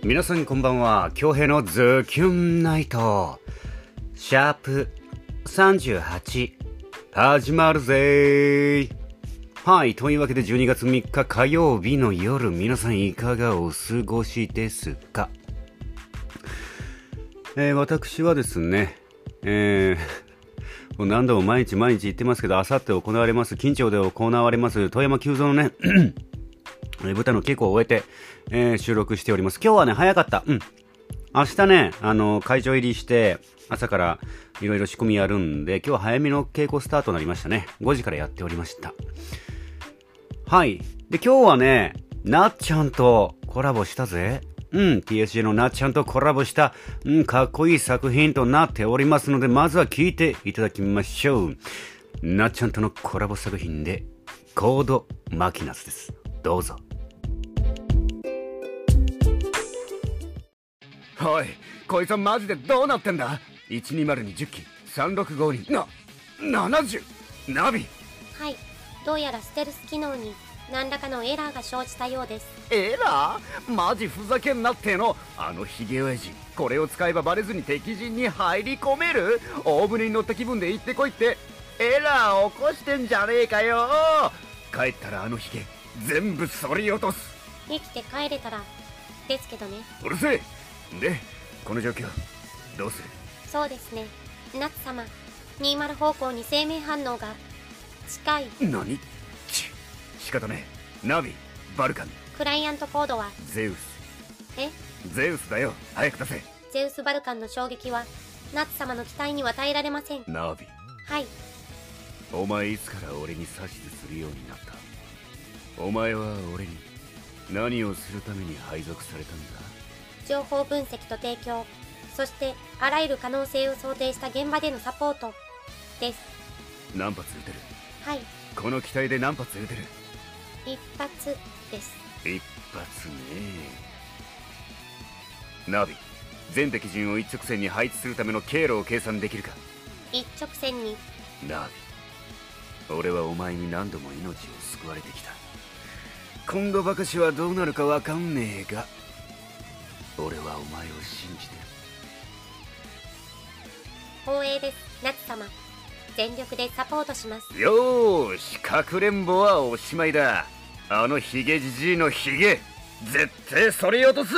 皆さんこんばんは。恭平のズキュンナイトシャープ38始まるぜー。はい、というわけで12月3日火曜日の夜、皆さんいかがお過ごしですか？私はですね、もう何度も毎日言ってますけど、あさって行われます、近町で行われます遠山久蔵のね舞台の稽古を終えて、収録しております。今日はね早かった。明日ね会場入りして朝からいろいろ仕込みやるんで、今日は早めの稽古スタートになりましたね。5時からやっておりました。はい。で今日はねなっちゃんとコラボしたぜ。TSJ のなっちゃんとコラボした、かっこいい作品となっておりますので、まずは聴いていただきましょう。なっちゃんとのコラボ作品でコードマキナスです。どうぞ。おい、こいつはマジでどうなってんだ。120に10機365に70ナビ。 はい、どうやらステルス機能に何らかのエラーが生じたようです。 エラー？マジふざけんなっての。あのヒゲ親父、これを使えばバレずに敵陣に入り込める？大船に乗った気分で行ってこいってエラー起こしてんじゃねえかよ。帰ったらあのヒゲ全部剃り落とす。 生きて帰れたらですけどね。 うるせえ。でこの状況どうする？ そうですね、ナツ様、20方向に生命反応が近い。 何？仕方ねえ。ナビ、バルカン、 クライアントコードはゼウス。ゼウスだよ、早く出せ。 ゼウスバルカンの衝撃はナツ様の期待には耐えられません。 ナビ、 はい。 お前いつから俺に指図するようになった？お前は俺に何をするために配属されたんだ？ 情報分析と提供、そしてあらゆる可能性を想定した現場でのサポートです。 何発撃てる？ はい、 この機体で何発撃てる？ 一発です。 一発ね。ナビ、全敵陣を一直線に配置するための経路を計算できるか？ 一直線に。 ナビ、俺はお前に何度も命を救われてきた。今度ばかしはどうなるかわかんねえが、俺はお前を信じてる。 光栄です、ナツ様。全力でサポートします。 よーし、かくれんぼはおしまいだ。あのヒゲじじいのヒゲ絶対そり落とす。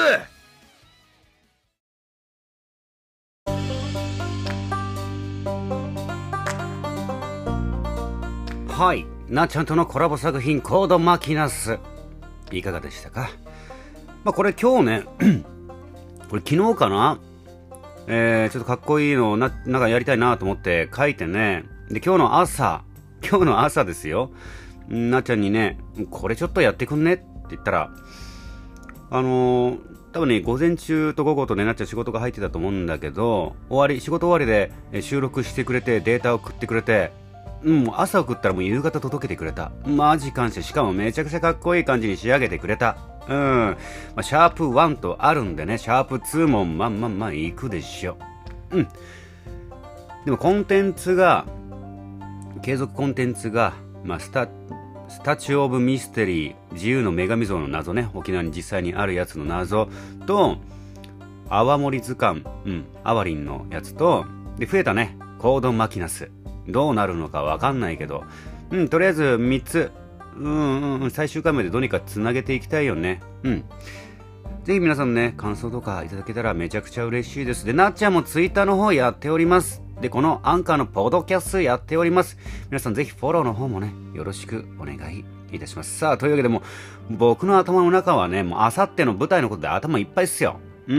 はい、なっちゃんとのコラボ作品コードマキナス、いかがでしたか？これ今日ねこれ昨日かな、ちょっとかっこいいのをなんかやりたいなと思って書いてね。で今日の朝ですよ、なっちゃんにね、これちょっとやってくんねって言ったら、多分ね午前中と午後とねなっちゃん仕事が入ってたと思うんだけど、仕事終わりで収録してくれてデータを送ってくれて、朝送ったらもう夕方届けてくれた。マジ感謝。しかもめちゃくちゃかっこいい感じに仕上げてくれた。シャープ1とあるんでね、シャープ2もまあ行くでしょ。でもコンテンツが、継続コンテンツが、スタチューオブミステリー、自由の女神像の謎ね、沖縄に実際にあるやつの謎と、泡盛図鑑、アワリンのやつと、で増えたね、コードマキナス。どうなるのかわかんないけど、とりあえず3つ、最終回までどうにかつなげていきたいよね。ぜひ皆さんね、感想とかいただけたらめちゃくちゃ嬉しいです。で、なっちゃんもツイッターの方やっております。で、このアンカーのポッドキャストやっております。皆さんぜひフォローの方もね、よろしくお願いいたします。さあ、というわけでも僕の頭の中はね、もうあさっての舞台のことで頭いっぱいっすよ。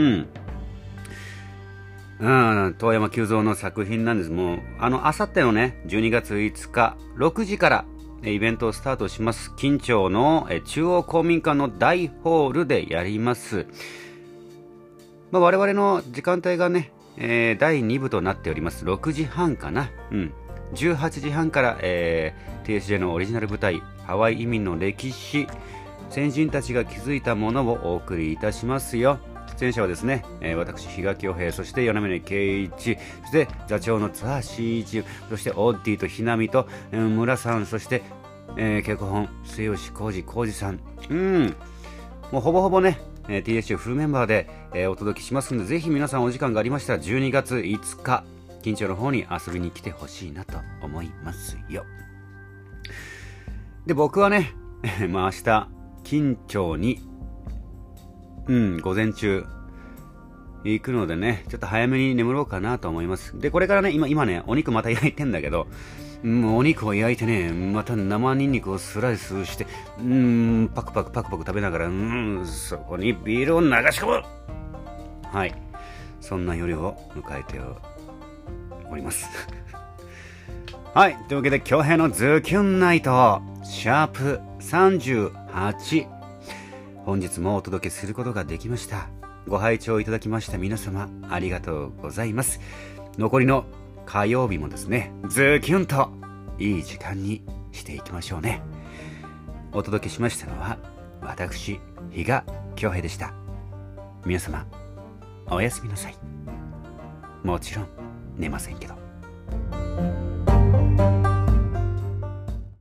遠山久蔵の作品なんです。もうあさってのね12月5日6時からイベントをスタートします。近町の中央公民館の大ホールでやります。我々の時間帯がね、第2部となっております。6時半かな。18時半から、TSJ のオリジナル舞台ハワイ移民の歴史、先人たちが築いたものをお送りいたしますよ。出演者はですね、私比嘉恭平、そして与那嶺圭一、そして座長の津波真一、そしてオッディとひなみと、村さん、そして、脚本末吉浩二さん、もうほぼほぼね TSU フルメンバーで、お届けしますので、ぜひ皆さんお時間がありましたら12月5日近町の方に遊びに来てほしいなと思いますよ。で、僕はねまあ明日近町に午前中行くのでね、ちょっと早めに眠ろうかなと思います。で、これからね、今ね、お肉また焼いてんだけど、お肉を焼いてね、また生ニンニクをスライスして、パクパク食べながら、そこにビールを流し込む。はい。そんな夜を迎えております。はい。というわけで、京平のズキュンナイト、シャープ38。本日もお届けすることができました。ご拝聴いただきました皆様、ありがとうございます。残りの火曜日もですね、ズキュンといい時間にしていきましょうね。お届けしましたのは、私、比嘉京平でした。皆様、おやすみなさい。もちろん、寝ませんけど。